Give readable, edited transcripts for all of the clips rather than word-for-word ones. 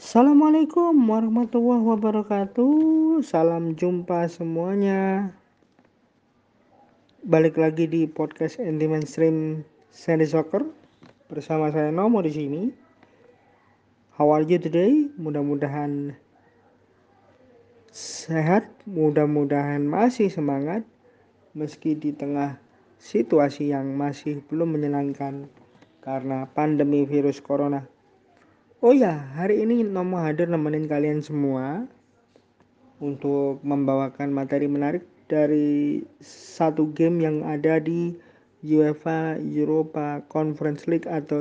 Assalamualaikum warahmatullahi wabarakatuh. Salam jumpa semuanya. Balik lagi di podcast anti mainstream Sandy Soccer bersama saya Nomo di sini. How are you today? Mudah-mudahan sehat, mudah-mudahan masih semangat meski di tengah situasi yang masih belum menyenangkan karena pandemi virus corona. Oh ya, hari ini Nomo hadir nemenin kalian semua untuk membawakan materi menarik dari satu game yang ada di UEFA Europa Conference League atau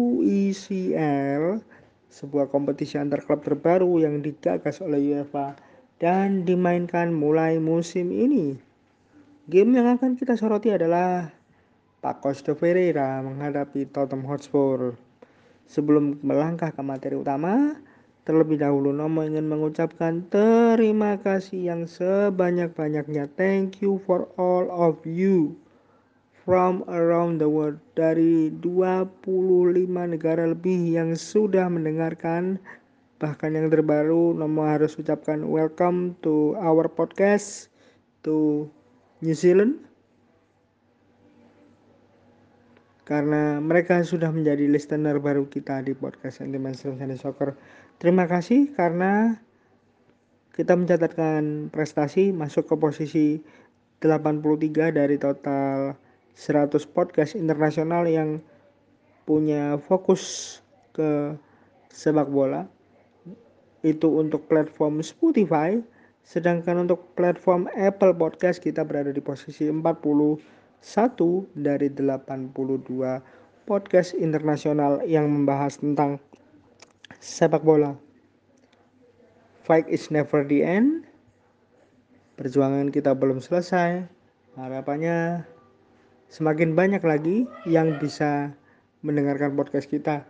UECL, sebuah kompetisi antar klub terbaru yang digagas oleh UEFA dan dimainkan mulai musim ini. Game yang akan kita soroti adalah Pacos de Ferreira menghadapi Tottenham Hotspur. Sebelum melangkah ke materi utama, terlebih dahulu Nomo ingin mengucapkan terima kasih yang sebanyak-banyaknya. Thank you for all of you from around the world. Dari 25 negara lebih yang sudah mendengarkan. Bahkan yang terbaru Nomo harus ucapkan welcome to our podcast to New Zealand, karena mereka sudah menjadi listener baru kita di podcast Anti Mainstream Sunday Soccer. Terima kasih karena kita mencatatkan prestasi masuk ke posisi 83 dari total 100 podcast internasional yang punya fokus ke sepak bola. Itu untuk platform Spotify, sedangkan untuk platform Apple Podcast kita berada di posisi 41 dari 82 podcast internasional yang membahas tentang sepak bola. Fight is never the end. Perjuangan kita belum selesai. Harapannya semakin banyak lagi yang bisa mendengarkan podcast kita.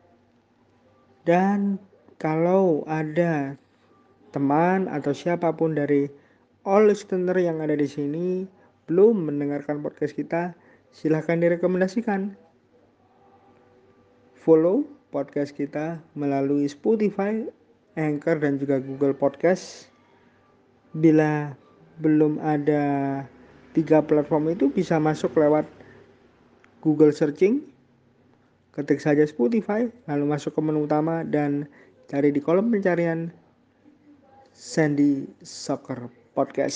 Dan kalau ada teman atau siapapun dari all listener yang ada di sini belum mendengarkan podcast kita, silahkan direkomendasikan. Follow podcast kita melalui Spotify, Anchor, dan juga Google Podcast. Bila belum ada 3 platform itu, bisa masuk lewat Google Searching, ketik saja Spotify, lalu masuk ke menu utama dan cari di kolom pencarian Sandy Soccer Podcast.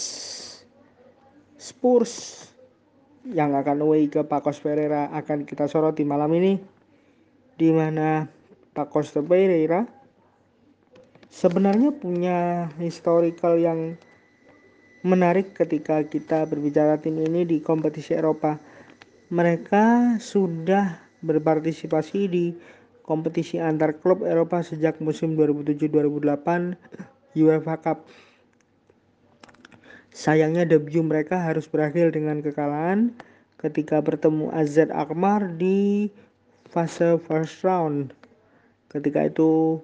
Spurs yang akan away ke Pacos Ferreira akan kita soroti malam ini, di mana Pacos Ferreira sebenarnya punya historical yang menarik ketika kita berbicara tim ini di kompetisi Eropa. Mereka sudah berpartisipasi di kompetisi antar klub Eropa sejak musim 2007-2008 UEFA Cup. Sayangnya debut mereka harus berakhir dengan kekalahan ketika bertemu AZ Alkmaar di fase first round. Ketika itu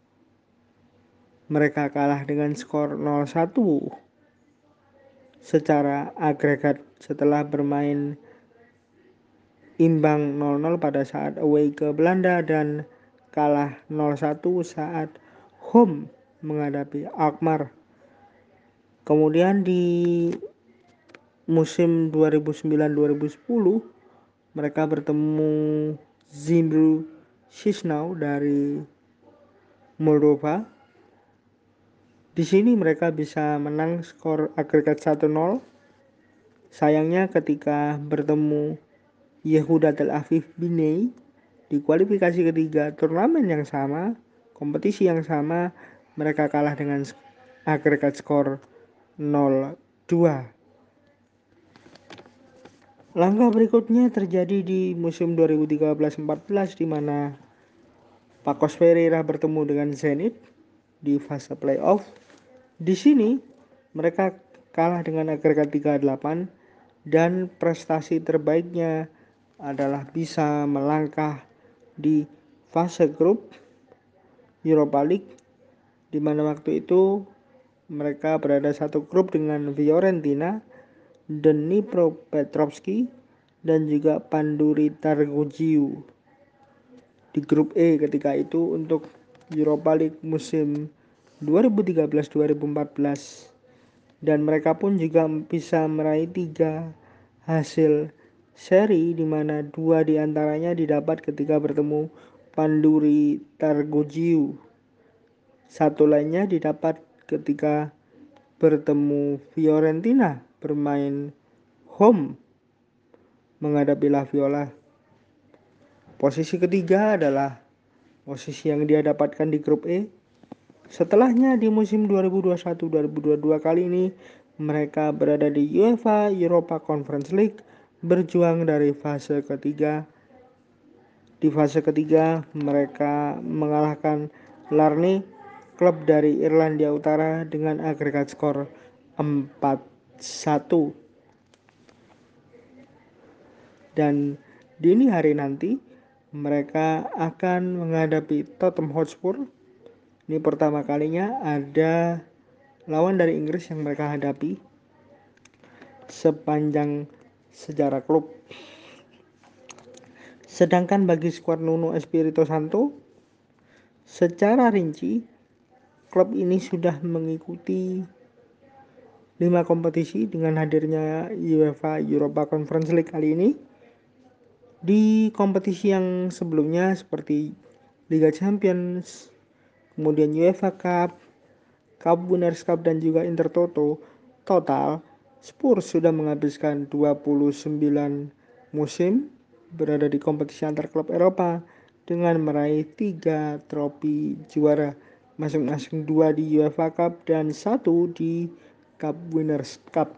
mereka kalah dengan skor 0-1 secara agregat setelah bermain imbang 0-0 pada saat away ke Belanda dan kalah 0-1 saat home menghadapi Alkmaar. Kemudian di musim 2009-2010 mereka bertemu Zimbru Chisinau dari Moldova. Di sini mereka bisa menang skor agregat 1-0. Sayangnya ketika bertemu Yehuda Tel Aviv Binei di kualifikasi ketiga turnamen yang sama, kompetisi yang sama, mereka kalah dengan agregat skor 0-2. Langkah berikutnya terjadi di musim 2013-14 di mana Pacos Ferreira bertemu dengan Zenit di fase playoff. Di sini mereka kalah dengan agregat 3-8 dan prestasi terbaiknya adalah bisa melangkah di fase grup Europa League, di mana waktu itu mereka berada satu grup dengan Fiorentina, Dnipropetrovsk, dan juga Panduri Targogiu. Di grup E ketika itu untuk Europa League musim 2013-2014, dan mereka pun juga bisa meraih 3 hasil seri, di mana 2 diantaranya didapat ketika bertemu Panduri Targojiu. Satu lainnya didapat ketika bertemu Fiorentina bermain home menghadapi La Viola. Posisi ketiga adalah posisi yang dia dapatkan di grup E. Setelahnya di musim 2021-2022 kali ini mereka berada di UEFA Europa Conference League, berjuang dari fase ketiga. Di fase ketiga mereka mengalahkan Larne, klub dari Irlandia Utara, dengan agregat skor 4-1. Dan dini hari nanti mereka akan menghadapi Tottenham Hotspur. Ini pertama kalinya ada lawan dari Inggris yang mereka hadapi sepanjang sejarah klub. Sedangkan bagi skuad Nuno Espirito Santo, secara rinci klub ini sudah mengikuti 5 kompetisi dengan hadirnya UEFA Europa Conference League kali ini. Di kompetisi yang sebelumnya seperti Liga Champions, kemudian UEFA Cup, Cup Winners' Cup, dan juga Intertoto, total Spurs sudah menghabiskan 29 musim berada di kompetisi antar klub Eropa dengan meraih 3 trofi juara, masing-masing 2 di UEFA Cup dan 1 di Cup Winners' Cup.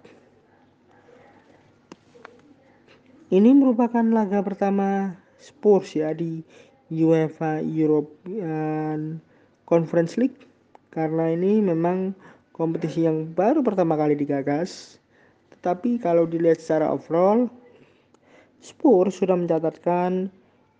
Ini merupakan laga pertama Spurs ya di UEFA European Conference League, karena ini memang kompetisi yang baru pertama kali digagas. Tetapi kalau dilihat secara overall, Spurs sudah mencatatkan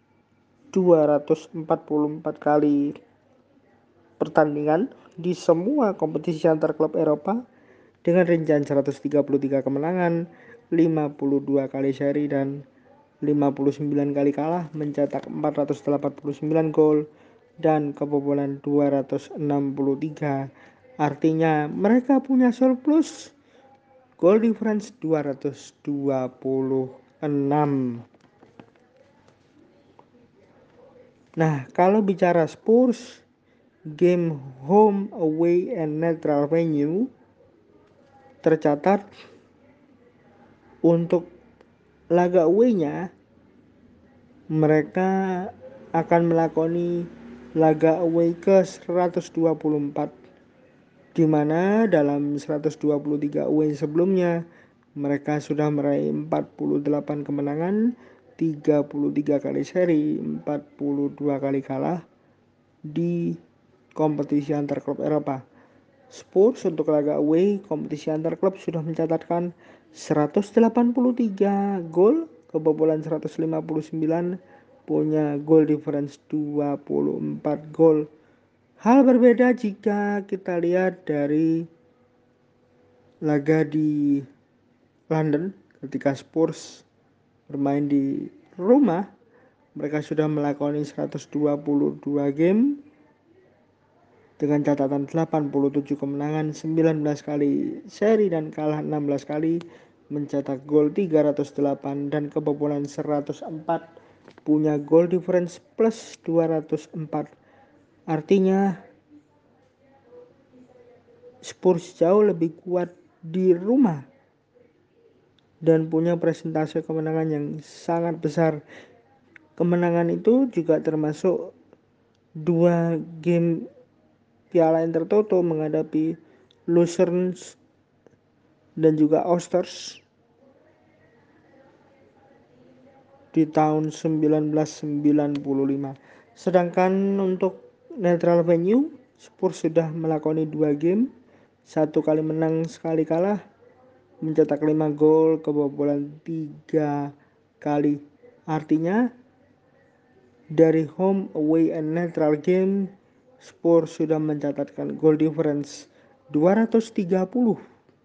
244 kali pertandingan di semua kompetisi antar klub Eropa dengan rincian 133 kemenangan, 52 kali seri, dan 59 kali kalah, mencetak 489 gol dan kebobolan 263. Artinya mereka punya surplus goal difference 226. Nah, kalau bicara Spurs, game home, away, and neutral venue tercatat untuk laga away-nya mereka akan melakoni laga away ke 124, di mana dalam 123 away sebelumnya mereka sudah meraih 48 kemenangan, 33 kali seri, 42 kali kalah di kompetisi antar klub Eropa. Spurs untuk laga away kompetisi antar klub sudah mencatatkan 183 gol, kebobolan 159, punya goal difference 24 gol. Hal berbeda jika kita lihat dari laga di London ketika Spurs bermain di rumah. Mereka sudah melakoni 122 game dengan catatan 87 kemenangan, 19 kali seri dan kalah 16 kali, mencetak gol 308 dan kebobolan 104, punya goal difference plus 204. Artinya Spurs jauh lebih kuat di rumah dan punya persentase kemenangan yang sangat besar. Kemenangan itu juga termasuk 2 game Piala Intertoto menghadapi Luzern dan juga Oosters di tahun 1995. Sedangkan untuk neutral venue, Spurs sudah melakoni 2 game, 1 kali menang, sekali kalah, mencetak 5 gol, kebobolan 3 kali. Artinya dari home, away, and neutral game, Spurs sudah mencatatkan goal difference 230.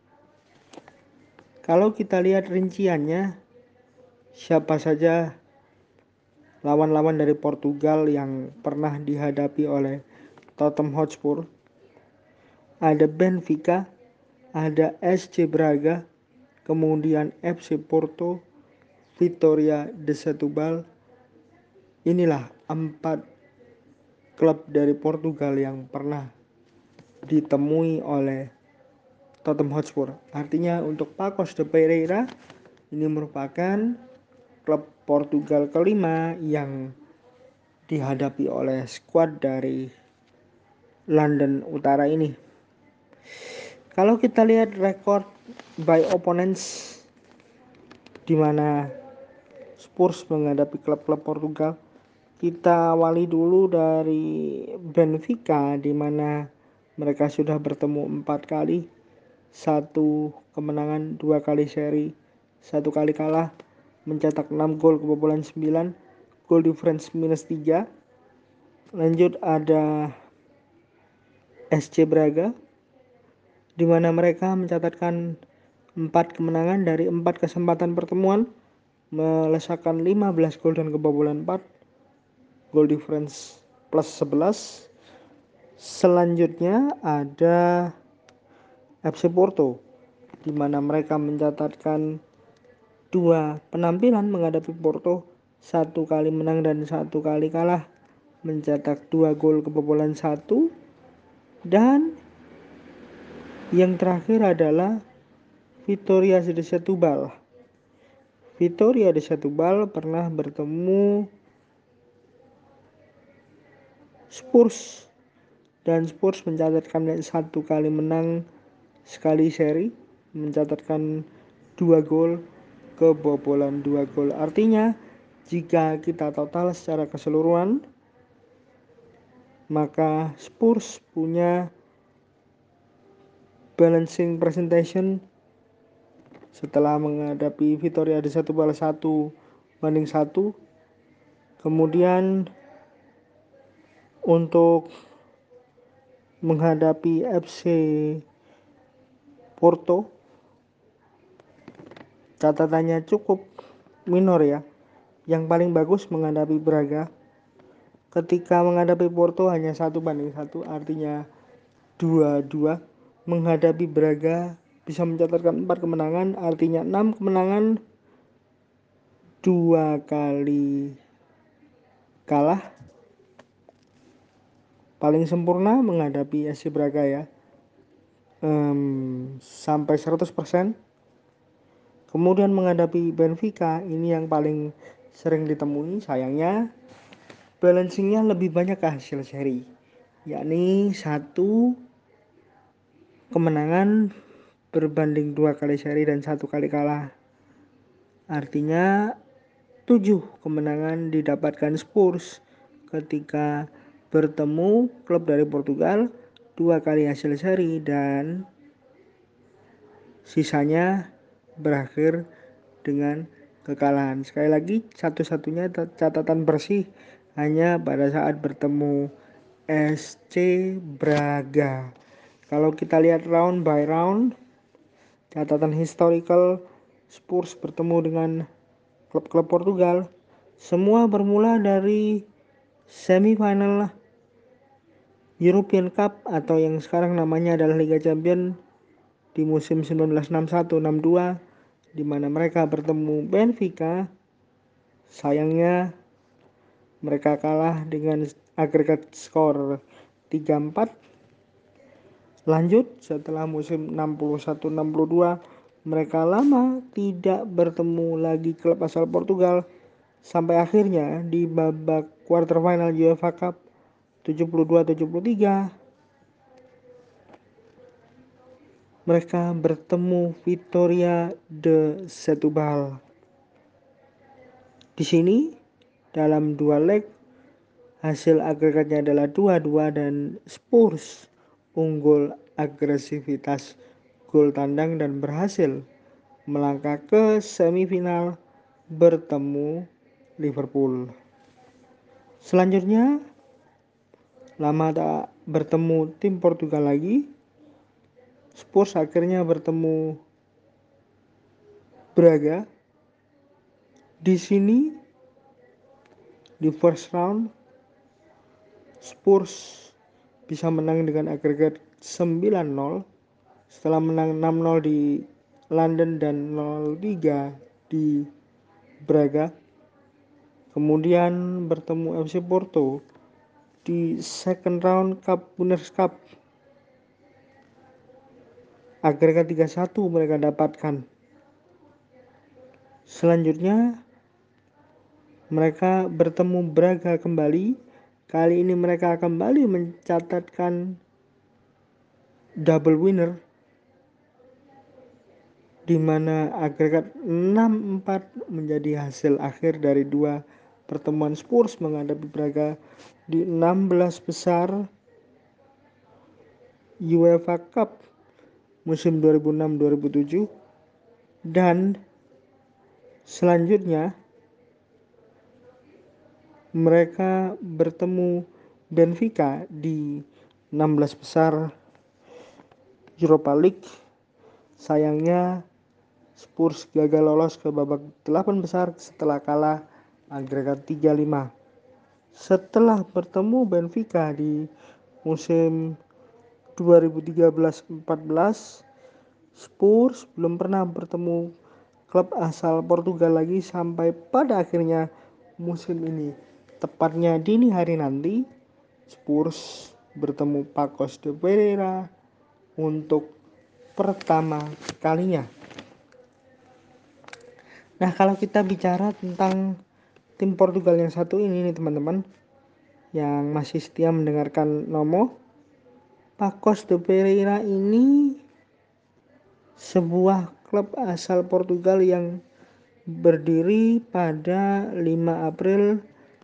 Kalau kita lihat rinciannya, siapa saja lawan-lawan dari Portugal yang pernah dihadapi oleh Tottenham Hotspur, ada Benfica, ada SC Braga, kemudian FC Porto, Vitória de Setúbal. Inilah 4 klub dari Portugal yang pernah ditemui oleh Tottenham Hotspur. Artinya untuk Paços de Pereira ini merupakan klub Portugal kelima yang dihadapi oleh skuad dari London Utara ini. Kalau kita lihat rekor by opponents di mana Spurs menghadapi klub-klub Portugal, kita awali dulu dari Benfica di mana mereka sudah bertemu 4 kali, 1 kemenangan, 2 kali seri, 1 kali kalah, mencetak 6 gol, kebobolan 9, goal difference -3. Lanjut ada SC Braga di mana mereka mencatatkan 4 kemenangan dari 4 kesempatan pertemuan, melesakkan 15 gol dan kebobolan 4, goal difference +11. Selanjutnya ada FC Porto di mana mereka mencatatkan 2 penampilan menghadapi Porto, 1 kali menang dan 1 kali kalah, mencetak 2 gol, kebobolan 1. Dan yang terakhir adalah Vitória de Setúbal. Vitória de Setúbal pernah bertemu Spurs dan Spurs mencatatkan 1 kali menang, sekali seri, mencatatkan 2 gol, kebobolan 2 gol. Artinya jika kita total secara keseluruhan, maka Spurs punya balancing presentation setelah menghadapi Vitória de Setúbal 1-1. Kemudian untuk menghadapi FC Porto, catatannya cukup minor ya. Yang paling bagus menghadapi Braga. Ketika menghadapi Porto hanya 1-1, artinya 2-2. Menghadapi Braga bisa mencatatkan 4 kemenangan, artinya 6 kemenangan, 2 kali kalah. Paling sempurna menghadapi SC Braga ya, sampai 100%. Kemudian menghadapi Benfica, ini yang paling sering ditemui. Sayangnya balancingnya lebih banyak ke hasil seri, yakni 1 kemenangan berbanding 2 kali seri dan 1 kali kalah. Artinya 7 kemenangan didapatkan Spurs ketika bertemu klub dari Portugal, 2 kali hasil seri, dan sisanya berakhir dengan kekalahan. Sekali lagi, satu-satunya catatan bersih hanya pada saat bertemu SC Braga. Kalau kita lihat round by round, catatan historical Spurs bertemu dengan klub-klub Portugal, semua bermula dari semifinal European Cup atau yang sekarang namanya adalah Liga Champions di musim 1961-62, di mana mereka bertemu Benfica. Sayangnya mereka kalah dengan agregat skor 3-4. Lanjut setelah musim 61-62, mereka lama tidak bertemu lagi klub asal Portugal sampai akhirnya di babak quarter final UEFA Cup 72-73 mereka bertemu Vitória de Setúbal. Di sini dalam 2 leg hasil agregatnya adalah 2-2 dan Spurs unggul agresivitas gol tandang dan berhasil melangkah ke semifinal bertemu Liverpool. Selanjutnya lama tak bertemu tim Portugal lagi, Spurs akhirnya bertemu Braga. Di sini di first round Spurs bisa menang dengan agregat 9-0 setelah menang 6-0 di London dan 0-3 di Braga. Kemudian bertemu FC Porto di second round Cup Winners' Cup. Agregat 3-1 mereka dapatkan. Selanjutnya mereka bertemu Braga kembali. Kali ini mereka kembali mencatatkan double winner di mana agregat 6-4 menjadi hasil akhir dari dua pertemuan Spurs menghadapi Braga di 16 besar UEFA Cup musim 2006-2007. Dan selanjutnya mereka bertemu Benfica di 16 besar Europa League. Sayangnya Spurs gagal lolos ke babak 8 besar setelah kalah agregat 3-5. Setelah bertemu Benfica di musim 2013-14, Spurs belum pernah bertemu klub asal Portugal lagi sampai pada akhirnya musim ini. Tepatnya dini hari nanti, Spurs bertemu Pacos de Ferreira untuk pertama kalinya. Nah, kalau kita bicara tentang tim Portugal yang satu ini nih teman-teman, yang masih setia mendengarkan Nomo, Pacos de Ferreira ini sebuah klub asal Portugal yang berdiri pada 5 April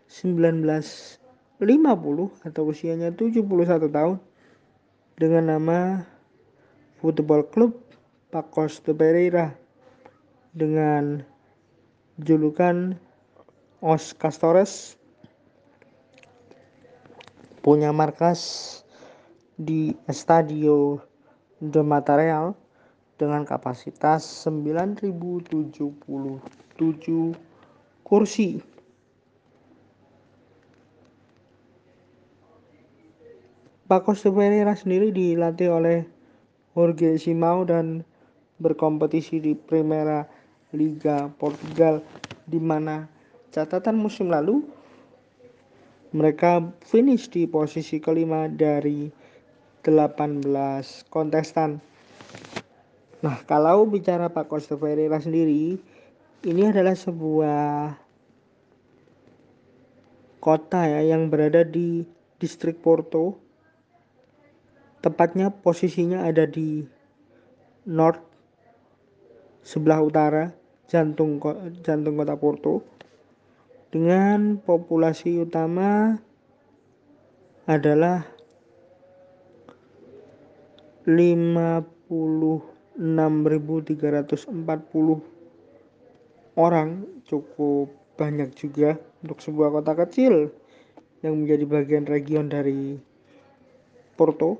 1950 atau usianya 71 tahun dengan nama Football Club Pacos de Ferreira dengan julukan Os Castores. Punya markas di Estadio de Mata-Real dengan kapasitas 9.077 kursi. Pacos de Ferreira sendiri dilatih oleh Jorge Simão dan berkompetisi di Primeira Liga Portugal, di mana catatan musim lalu mereka finish di posisi kelima dari 18 kontestan. Nah, kalau bicara Pacos de Ferreira sendiri, ini adalah sebuah kota ya yang berada di distrik Porto. Tepatnya posisinya ada di north sebelah utara jantung kota Porto, dengan populasi utama adalah 56.340 orang. Cukup banyak juga untuk sebuah kota kecil yang menjadi bagian region dari Porto.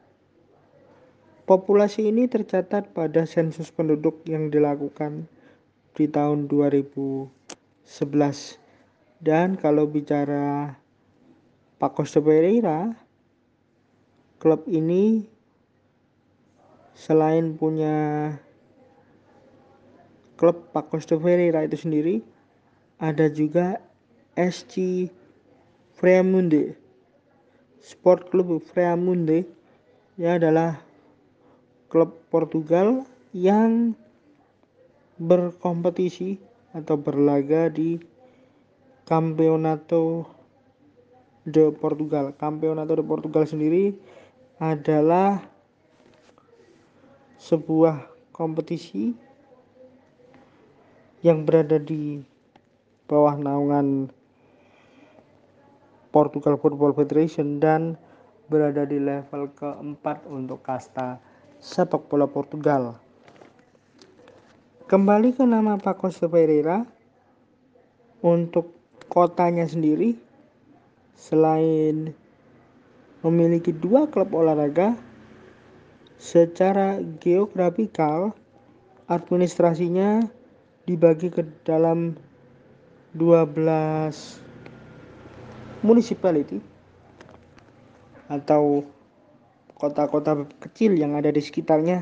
Populasi ini tercatat pada sensus penduduk yang dilakukan di tahun 2011. Dan kalau bicara Pacos de Ferreira, klub ini selain punya klub Pacos de Ferreira itu sendiri, ada juga SC Freamunde. Sport Club Freamunde ya adalah klub Portugal yang berkompetisi atau berlaga di Campeonato de Portugal. Campeonato de Portugal sendiri adalah sebuah kompetisi yang berada di bawah naungan Portugal Football Federation dan berada di level keempat untuk kasta sepak bola Portugal. Kembali ke nama Pacos de Ferreira, untuk kotanya sendiri, selain memiliki dua klub olahraga, secara geografikal administrasinya dibagi ke dalam 12 municipality atau kota-kota kecil yang ada di sekitarnya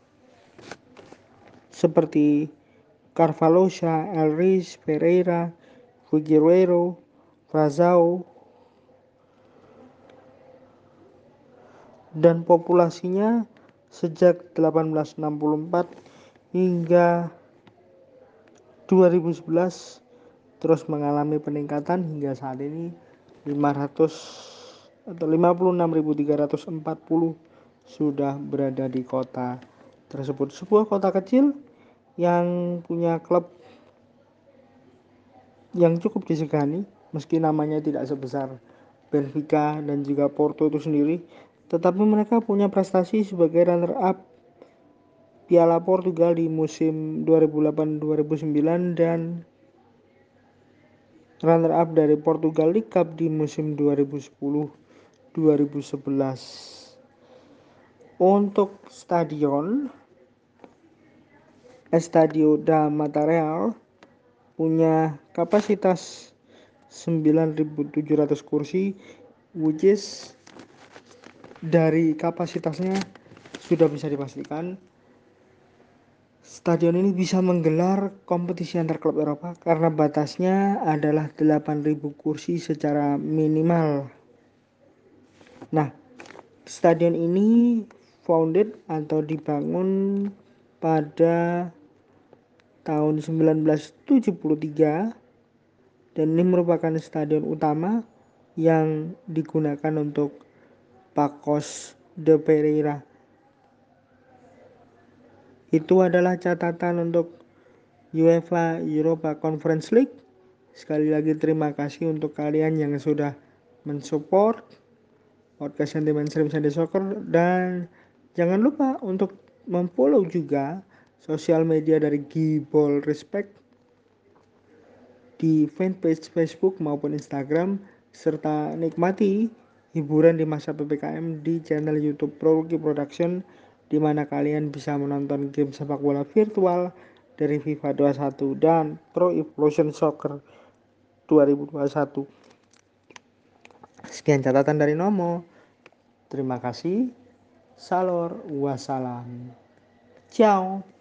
seperti Carvalhosa, Elris, Pereira, Figueiredo, Razao, dan populasinya sejak 1864 hingga 2011 terus mengalami peningkatan hingga saat ini 500 atau 56.340 sudah berada di kota tersebut. Sebuah kota kecil yang punya klub yang cukup disegani meski namanya tidak sebesar Benfica dan juga Porto itu sendiri, tetapi mereka punya prestasi sebagai runner up Piala Portugal di musim 2008-2009 dan runner up dari Portugal League Cup di musim 2010-2011. Untuk stadion Estadio da Mata-Real punya kapasitas 9.700 kursi, which is dari kapasitasnya sudah bisa dipastikan stadion ini bisa menggelar kompetisi antar klub Eropa karena batasnya adalah 8.000 kursi secara minimal. Nah, stadion ini founded atau dibangun pada tahun 1973 dan ini merupakan stadion utama yang digunakan untuk Paços de Pereira. Itu adalah catatan untuk UEFA Europa Conference League. Sekali lagi terima kasih untuk kalian yang sudah mensupport podcast Sentimen Stream Sunday Soccer dan jangan lupa untuk memfollow juga sosial media dari Gibol Respect di fanpage Facebook maupun Instagram serta nikmati hiburan di masa PPKM di channel YouTube Pro Rookie Production di mana kalian bisa menonton game sepak bola virtual dari FIFA 21 dan Pro Evolution Soccer 2021. Sekian catatan dari Nomo. Terima kasih. Salor wassalam. Ciao.